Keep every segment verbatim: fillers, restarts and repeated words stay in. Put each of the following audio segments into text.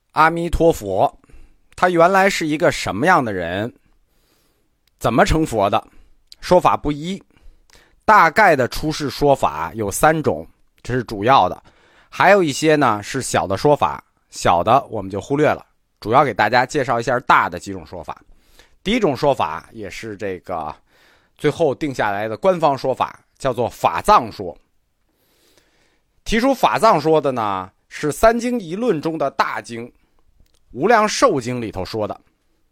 阿弥陀佛，他原来是一个什么样的人？怎么成佛的？说法不一，大概的出世说法有三种，这是主要的，还有一些呢是小的说法，小的我们就忽略了，主要给大家介绍一下大的几种说法。第一种说法也是这个最后定下来的官方说法，叫做法藏说。提出法藏说的呢，是三经一论中的大经无量寿经里头说的。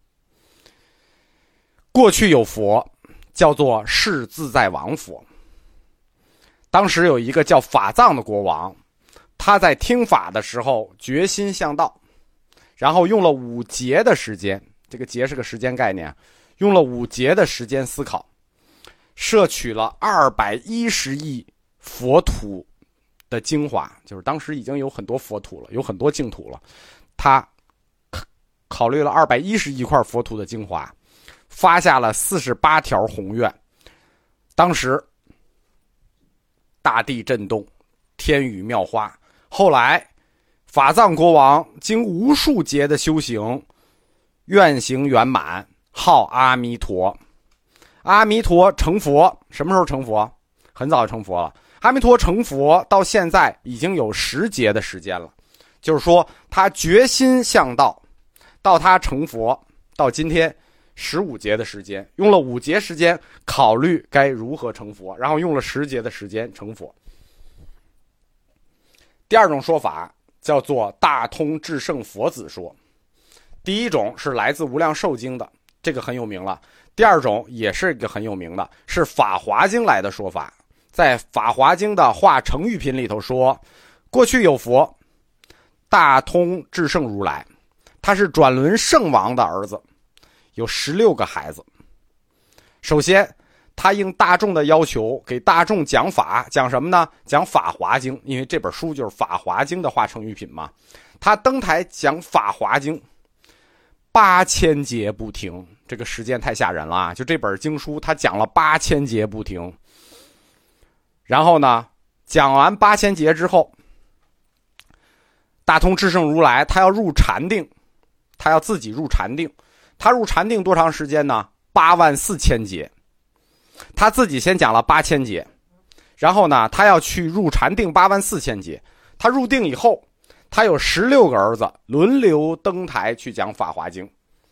过去有佛，叫做世自在王佛。当时有一个叫法藏的国王，他在听法的时候决心向道，然后用了五劫的时间，这个劫是个时间概念，用了五劫的时间思考，摄取了二百一十亿佛土的精华，就是当时已经有很多佛土了，有很多净土了，他考虑了二百一十亿块佛土的精华，发下了四十八条宏愿。当时大地震动，天雨妙花。后来法藏国王经无数劫的修行，愿行圆满，号阿弥陀。阿弥陀成佛，什么时候成佛？很早就成佛了。阿弥陀成佛到现在已经有十劫的时间了，就是说他决心向道，到他成佛到今天十五劫的时间，用了五劫时间考虑该如何成佛，然后用了十劫的时间成佛。第二种说法叫做大通至圣佛子说。第一种是来自无量寿经的，这个很有名了。第二种也是一个很有名的，是法华经来的说法。在法华经的化成喻品里头说，过去有佛大通至圣如来，他是转轮圣王的儿子，有十六个孩子。首先他应大众的要求给大众讲法，讲什么呢？讲法华经，因为这本书就是法华经的化成喻品嘛。他登台讲法华经八千节不停，这个时间太吓人了啊！就这本经书他讲了八千节不停。然后呢，讲完八千节之后，大通至圣如来他要入禅定，他要自己入禅定。他入禅定多长时间呢？八万四千节。他自己先讲了八千节，然后呢，他要去入禅定八万四千节。他入定以后，他有十六个儿子轮流登台去讲法华经。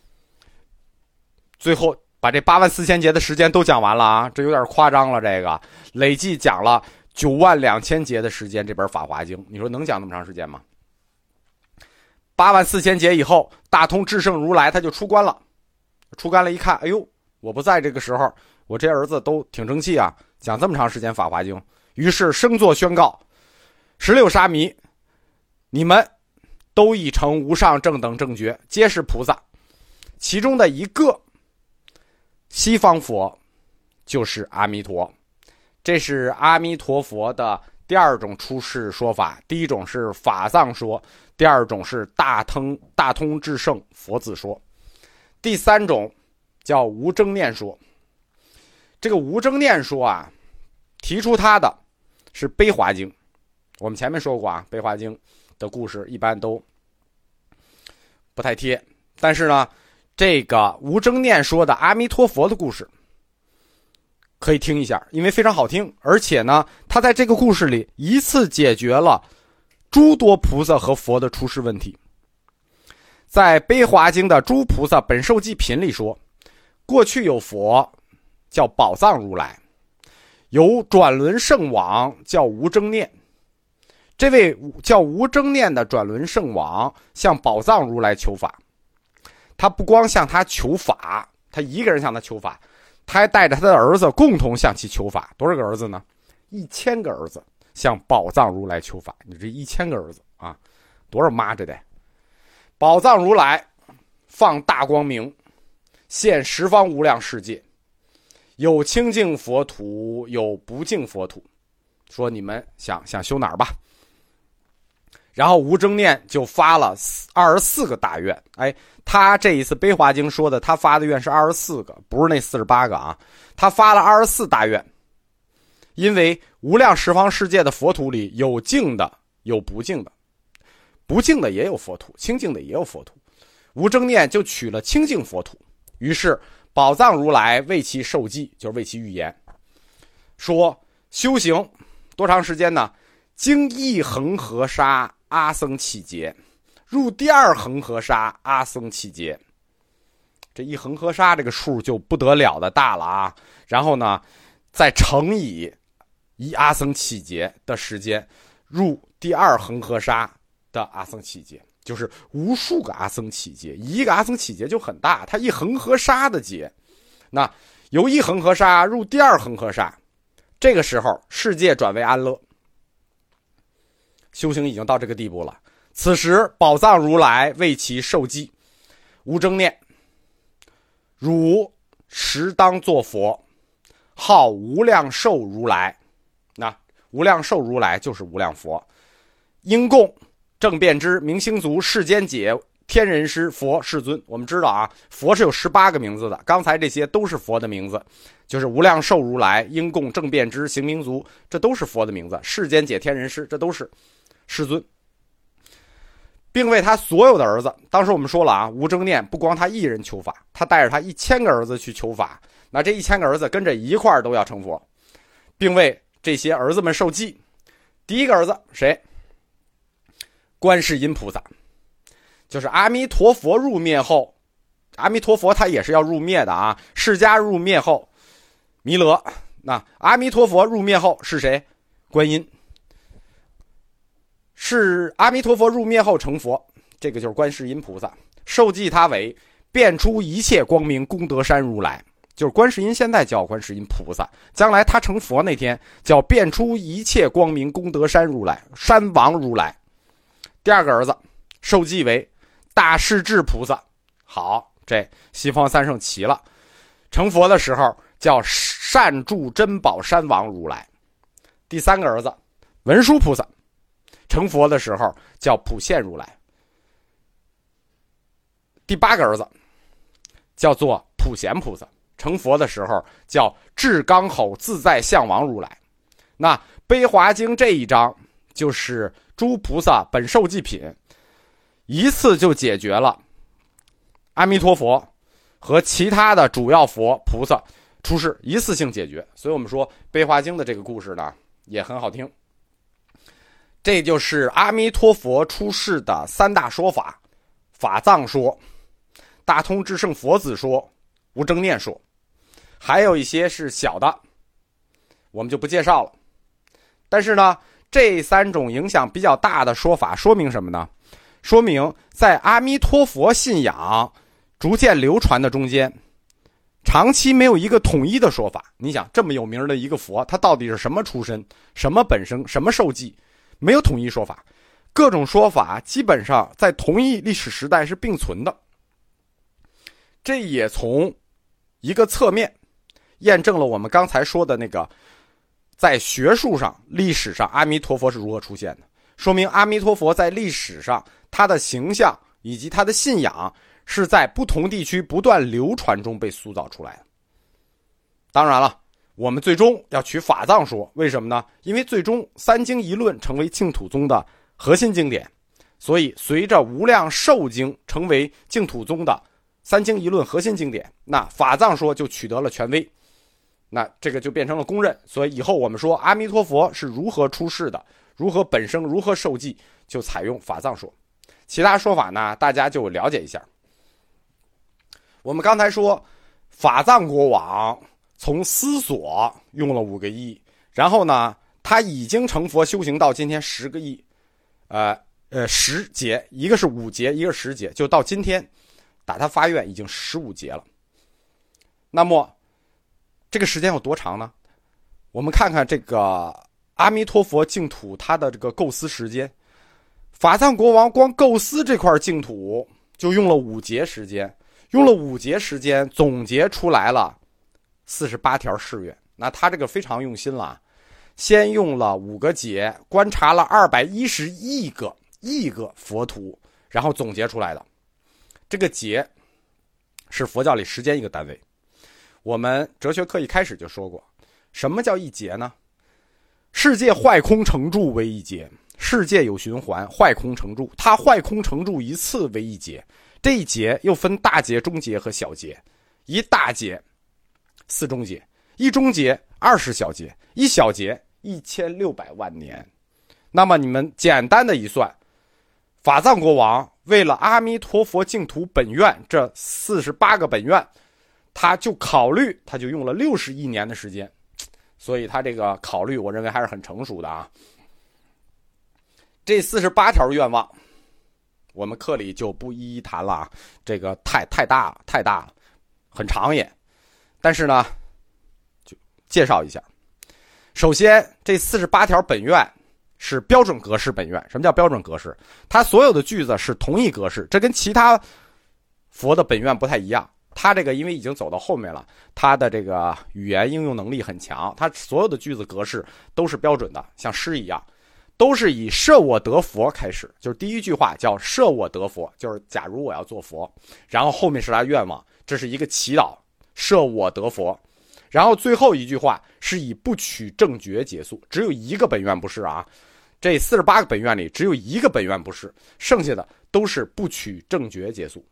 最后把这八万四千节的时间都讲完了啊，这有点夸张了。这个累计讲了九万两千节的时间，这本法华经，你说能讲那么长时间吗？八万四千节以后，大通至圣如来他就出关了。出关了一看，哎呦，我不在这个时候，我这儿子都挺争气啊，讲这么长时间法华经。于是升座宣告，十六沙弥，你们都已成无上正等正觉，皆是菩萨。其中的一个西方佛就是阿弥陀。这是阿弥陀佛的第二种出世说法。第一种是法藏说，第二种是大通大通至圣佛子说。第三种叫无争念说。这个无争念说啊，提出它的是悲华经。我们前面说过啊，悲华经的故事一般都不太贴，但是呢，这个无争念说的阿弥陀佛的故事可以听一下，因为非常好听，而且呢，他在这个故事里一次解决了诸多菩萨和佛的出世问题。在悲华经的诸菩萨本受记品里说，过去有佛叫宝藏如来，有转轮圣王叫无争念。这位叫无争念的转轮圣王向宝藏如来求法，他不光向他求法，他一个人向他求法，他还带着他的儿子共同向其求法。多少个儿子呢？一千个儿子向宝藏如来求法。你这一千个儿子啊，多少妈这得？宝藏如来放大光明，现十方无量世界，有清净佛土，有不净佛土，说你们想想修哪儿吧。然后无争念就发了二十四个大愿。哎，他这一次悲华经说的，他发的愿是二十四个，不是那四十八个啊。他发了二十四大愿，因为无量十方世界的佛土里有净的，有不净的。 不净的也有佛土，清净的也有佛土。吴征念就取了清净佛土，于是宝藏如来为其授记，就是为其预言，说修行多长时间呢？经一恒河沙，阿僧祇劫，入第二恒河沙，阿僧祇劫。这一恒河沙这个数就不得了的大了啊！然后呢，再乘以一阿僧祇劫的时间，入第二恒河沙的阿僧祇劫，就是无数个阿僧祇劫，一个阿僧祇劫就很大，它一恒河沙的劫。那由一恒河沙入第二恒河沙，这个时候世界转为安乐，修行已经到这个地步了。此时宝藏如来为其授记，吴征念：汝实当作佛，号无量寿如来。那无量寿如来就是无量佛，应供正遍知明星族世间解天人师佛世尊。我们知道啊，佛是有十八个名字的，刚才这些都是佛的名字，就是无量寿如来、应供正遍知、行明族，这都是佛的名字。世间解天人师，这都是世尊，并为他所有的儿子。当时我们说了啊，吴征念不光他一人求法，他带着他一千个儿子去求法，那这一千个儿子跟着一块儿都要成佛，并为这些儿子们授记。第一个儿子谁？观世音菩萨，就是阿弥陀佛入灭后，阿弥陀佛他也是要入灭的啊，释迦入灭后，弥勒，那阿弥陀佛入灭后是谁？观音。是阿弥陀佛入灭后成佛，这个就是观世音菩萨，授记他为变出一切光明功德山如来，就是观世音现在叫观世音菩萨，将来他成佛那天叫变出一切光明功德山如来，山王如来。第二个儿子授记为大势至菩萨，好，这西方三圣齐了，成佛的时候叫善住珍宝山王如来。第三个儿子文殊菩萨，成佛的时候叫普现如来。第八个儿子叫做普贤菩萨，成佛的时候叫至刚吼自在相王如来。那悲华经这一章就是诸菩萨本授记品，一次就解决了阿弥陀佛和其他的主要佛菩萨出世，一次性解决。所以我们说悲华经的这个故事呢也很好听。这就是阿弥陀佛出世的三大说法：法藏说、大通智胜佛子说、无争念说，还有一些是小的，我们就不介绍了。但是呢，这三种影响比较大的说法说明什么呢？说明在阿弥陀佛信仰逐渐流传的中间，长期没有一个统一的说法。你想，这么有名的一个佛，他到底是什么出身、什么本生、什么授记，没有统一说法，各种说法基本上在同一历史时代是并存的。这也从一个侧面验证了我们刚才说的那个，在学术上、历史上阿弥陀佛是如何出现的，说明阿弥陀佛在历史上他的形象以及他的信仰是在不同地区不断流传中被塑造出来的。当然了，我们最终要取法藏说，为什么呢？因为最终三经一论成为净土宗的核心经典，所以随着无量寿经成为净土宗的三经一论核心经典，那法藏说就取得了权威，那这个就变成了公认。所以以后我们说阿弥陀佛是如何出世的，如何本生，如何授记，就采用法藏说。其他说法呢，大家就了解一下。我们刚才说法藏国王从思索用了五个亿，然后呢他已经成佛修行到今天十个亿，呃呃十劫，一个是五劫，一个是十劫，就到今天打他发愿已经十五劫了。那么这个时间有多长呢？我们看看这个阿弥陀佛净土它的这个构思时间，法藏国王光构思这块净土就用了五劫时间，用了五劫时间总结出来了四十八条誓愿。那他这个非常用心了，先用了五个劫，观察了二百一十亿个亿个佛土，然后总结出来的。这个劫是佛教里时间一个单位。我们哲学课一开始就说过，什么叫一劫呢？世界坏空成住为一劫， 世界有循环，坏空成住，它坏空成住一次为一劫，这一劫又分大劫、中劫和小劫，一大劫四中劫，一中劫二十小劫，一小劫一千六百万年。那么你们简单的一算，法藏国王为了阿弥陀佛净土本愿这四十八个本愿，他就考虑，他就用了六十亿年的时间，所以他这个考虑我认为还是很成熟的啊。这四十八条愿望我们课里就不一一谈了啊，这个太太大了太大了，很长也。但是呢就介绍一下。首先这四十八条本愿是标准格式本愿。什么叫标准格式？它所有的句子是同一格式，这跟其他佛的本愿不太一样。它这个因为已经走到后面了，它的这个语言应用能力很强，它所有的句子格式都是标准的，像诗一样，都是以摄我得佛开始，就是第一句话叫摄我得佛，就是假如我要做佛，然后后面是他愿望，这是一个祈祷，摄我得佛。然后最后一句话是以不取正觉结束，只有一个本愿不是啊，这四十八个本愿里只有一个本愿不是，剩下的都是不取正觉结束。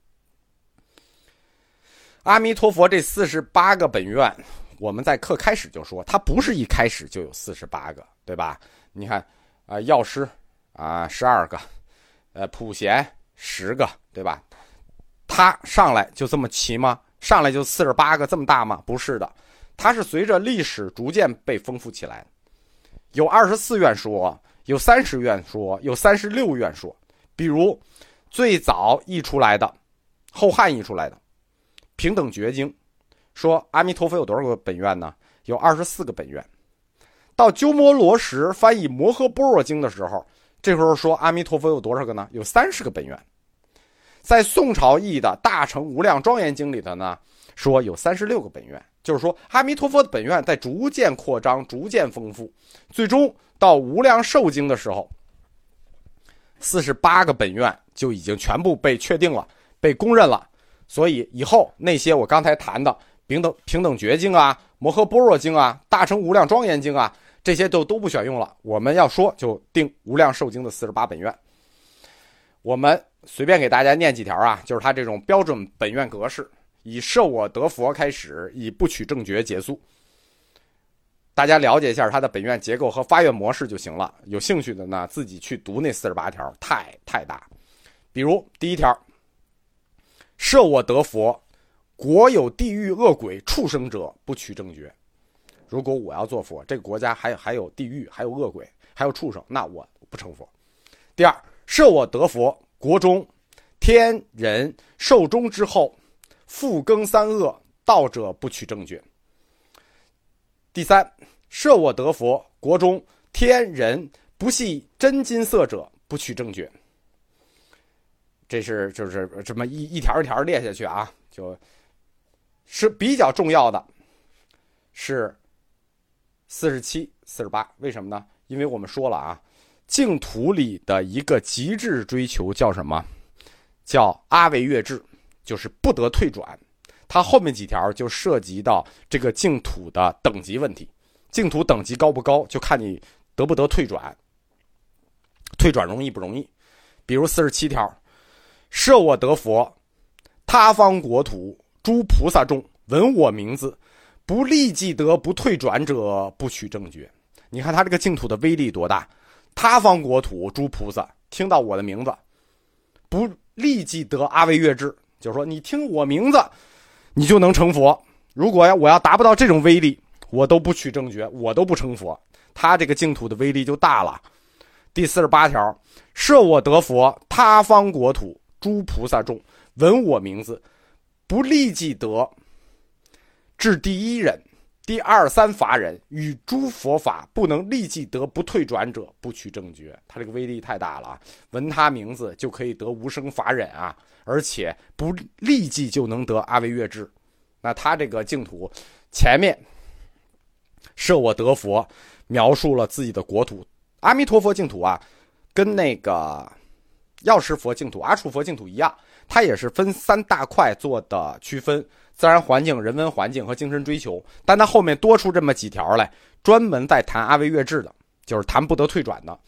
阿弥陀佛这四十八个本愿，我们在课开始就说，它不是一开始就有四十八个，对吧？你看啊、呃，药师啊十二个，呃普贤十个，对吧？它上来就这么齐吗？上来就四十八个这么大吗？不是的，它是随着历史逐渐被丰富起来。有二十四愿说，有三十愿说，有三十六愿说。比如最早译出来的，后汉译出来的平等觉经，说阿弥陀佛有多少个本愿呢？有二十四个本愿。到鸠摩罗什翻译摩诃般若经的时候，这时候说阿弥陀佛有多少个呢？有三十个本愿。在宋朝译的大乘无量庄严经里的呢，说有三十六个本愿，就是说阿弥陀佛的本愿在逐渐扩张，逐渐丰富，最终到无量寿经的时候，四十八个本愿就已经全部被确定了，被公认了。所以以后那些我刚才谈的平等平等觉经啊、摩诃般若经啊、大乘无量庄严经啊，这些都都不选用了。我们要说就定无量寿经的四十八本愿。我们随便给大家念几条啊，就是它这种标准本愿格式，以摄我得佛开始，以不取正觉结束。大家了解一下它的本愿结构和发愿模式就行了。有兴趣的呢，自己去读那四十八条，太太大。比如第一条，摄我得佛，国有地狱恶鬼畜生者不取正觉。如果我要做佛，这个国家还有还有地狱，还有恶鬼，还有畜生，那我不成佛。第二，摄我得佛，国中天人寿终之后，复更三恶，道者不取正觉。第三，摄我得佛，国中天人不系真金色者不取正觉。这是就是这么一一条一条列下去啊，就是比较重要的是四十七、四十八，为什么呢？因为我们说了啊，净土里的一个极致追求叫什么？叫阿惟越致，就是不得退转。它后面几条就涉及到这个净土的等级问题，净土等级高不高，就看你得不得退转，退转容易不容易。比如四十七条，摄我得佛，他方国土诸菩萨众闻我名字，不立即得不退转者，不取正觉。你看他这个净土的威力多大，他方国土诸菩萨听到我的名字，不立即得阿惟越致，就是说你听我名字你就能成佛。如果要我要达不到这种威力，我都不取正觉，我都不成佛。他这个净土的威力就大了。第四十八条，摄我得佛，他方国土诸菩萨众闻我名字，不立即得至第一人、第二三法忍与诸佛法不能立即得不退转者，不取正觉。他这个威力太大了，闻他名字就可以得无生法忍啊，而且不立即就能得阿惟越致。那他这个净土前面摄我得佛描述了自己的国土，阿弥陀佛净土啊，跟那个药师佛净土、阿处佛净土一样，它也是分三大块做的区分，自然环境、人文环境和精神追求。但它后面多出这么几条来，专门在谈阿惟越致的，就是谈不得退转的。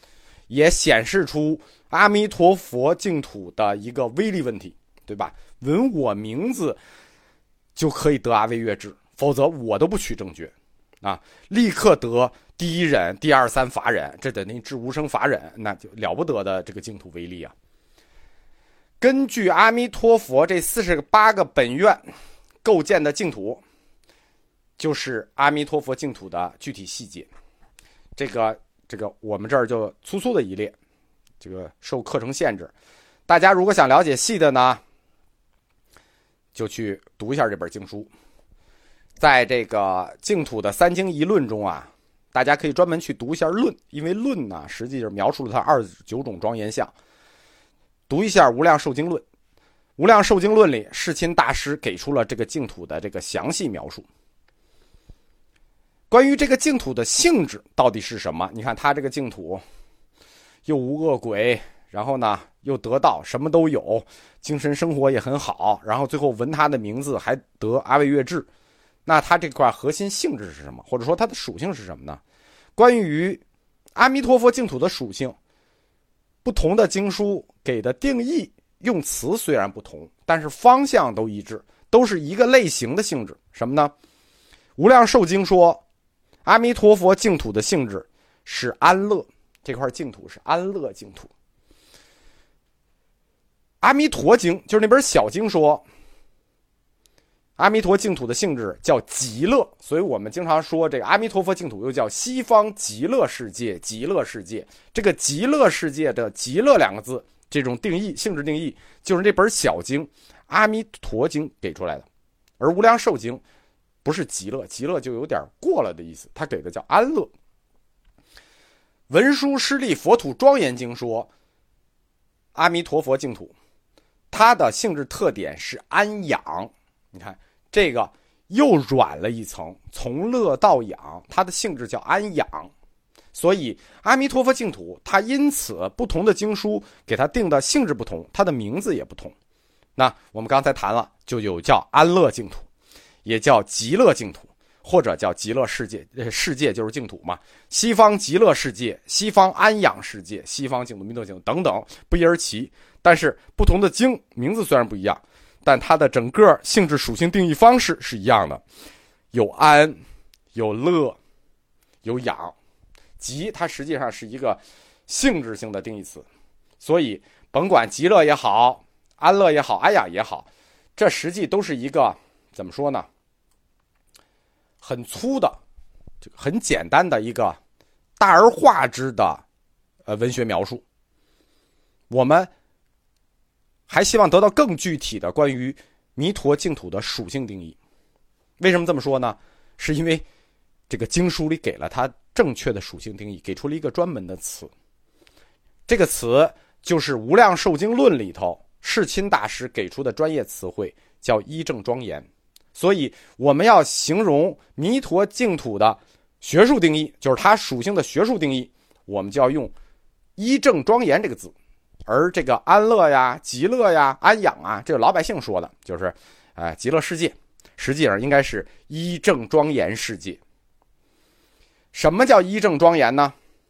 也显示出阿弥陀佛净土的一个威力问题，对吧？闻我名字就可以得阿惟越致，否则我都不取正觉啊，立刻得第一忍、第二三法忍，这得那至无生法忍，那就了不得的这个净土威力啊。根据阿弥陀佛这四十八个本愿构建的净土，就是阿弥陀佛净土的具体细节。这个这个我们这儿就粗粗的一列，这个受课程限制，大家如果想了解细的呢，就去读一下这本经书。在这个净土的三经一论中啊，大家可以专门去读一下论，因为论呢实际是描述了它二十九种庄严相。读一下无量寿经论，无量寿经论里世亲大师给出了这个净土的这个详细描述。关于这个净土的性质到底是什么，你看他这个净土又无恶鬼，然后呢又得道，什么都有，精神生活也很好，然后最后闻他的名字还得阿惟越致，那他这块核心性质是什么，或者说它的属性是什么呢？关于阿弥陀佛净土的属性，不同的经书给的定义用词虽然不同，但是方向都一致，都是一个类型的性质。什么呢？无量寿经说阿弥陀佛净土的性质是安乐，这块净土是安乐净土。阿弥陀经就是那本小经说阿弥陀净土的性质叫极乐，所以我们经常说这个阿弥陀佛净土又叫西方极乐世界。极乐世界，这个极乐世界的极乐两个字，这种定义性质定义就是这本小经阿弥陀经给出来的。而无量寿经不是极乐，极乐就有点过了的意思，它给的叫安乐。文殊师利佛土庄严经说阿弥陀佛净土它的性质特点是安养，你看这个又软了一层，从乐到养，它的性质叫安养。所以阿弥陀佛净土它因此不同的经书给它定的性质不同，它的名字也不同。那我们刚才谈了，就有叫安乐净土，也叫极乐净土，或者叫极乐世界，世界就是净土嘛，西方极乐世界，西方安养世界，西方净土、弥陀净土等等，不一而齐。但是不同的经名字虽然不一样，但它的整个性质属性定义方式是一样的，有安，有乐，有养。极它实际上是一个性质性的定义词，所以甭管极乐也好，安乐也好，安养也好，这实际都是一个怎么说呢，很粗的这个很简单的一个大而化之的呃文学描述。我们还希望得到更具体的关于弥陀净土的属性定义。为什么这么说呢？是因为这个经书里给了它正确的属性定义，给出了一个专门的词，这个词就是无量寿经论里头世亲大师给出的专业词汇，叫一正庄严。所以我们要形容弥陀净土的学术定义，就是它属性的学术定义，我们就要用一正庄严这个字。而这个安乐呀、极乐呀、安养啊，这是老百姓说的，就是哎极乐世界，实际上应该是一正庄严世界。什么叫一正庄严呢？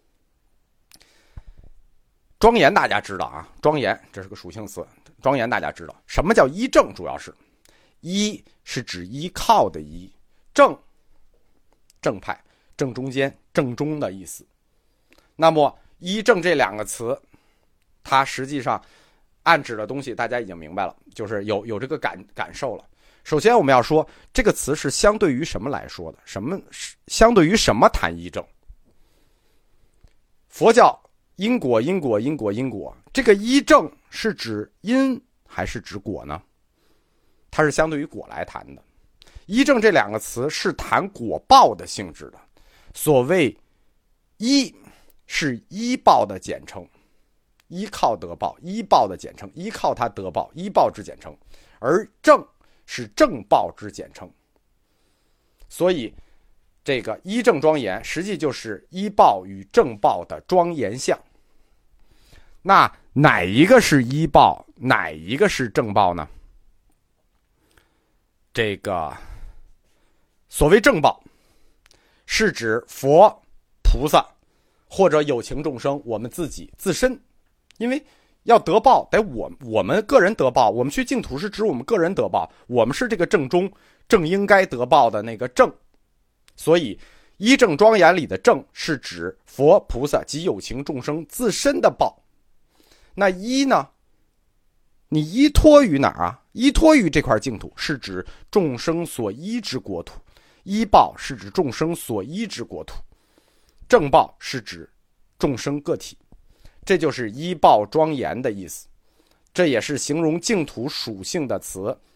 庄严大家知道啊，庄严这是个属性词，庄严大家知道。什么叫一正？主要是一是指依靠的依，正正派、正中间、正中的意思。那么一正这两个词，它实际上暗指的东西大家已经明白了，就是有有这个感感受了。首先我们要说这个词是相对于什么来说的，什么相对于什么谈一正。佛教因果因果因果因果，这个一正是指因还是指果呢？它是相对于果来谈的。一正这两个词是谈果报的性质的。所谓依是依报的简称，依靠得报，依报的简称，依靠它得报，依报之简称。而正是正报之简称。所以这个一正庄严实际就是依报与正报的庄严相。那哪一个是依报，哪一个是正报呢？这个所谓正报是指佛菩萨或者有情众生，我们自己自身，因为要得报得我我们个人得报，我们去净土是指我们个人得报，我们是这个正中正应该得报的那个正，所以一正庄严里的正是指佛菩萨及有情众生自身的报。那依呢，你依托于哪儿啊？依托于这块净土，是指众生所依之国土。依报是指众生所依之国土，正报是指众生个体，这就是依报庄严的意思。这也是形容净土属性的词，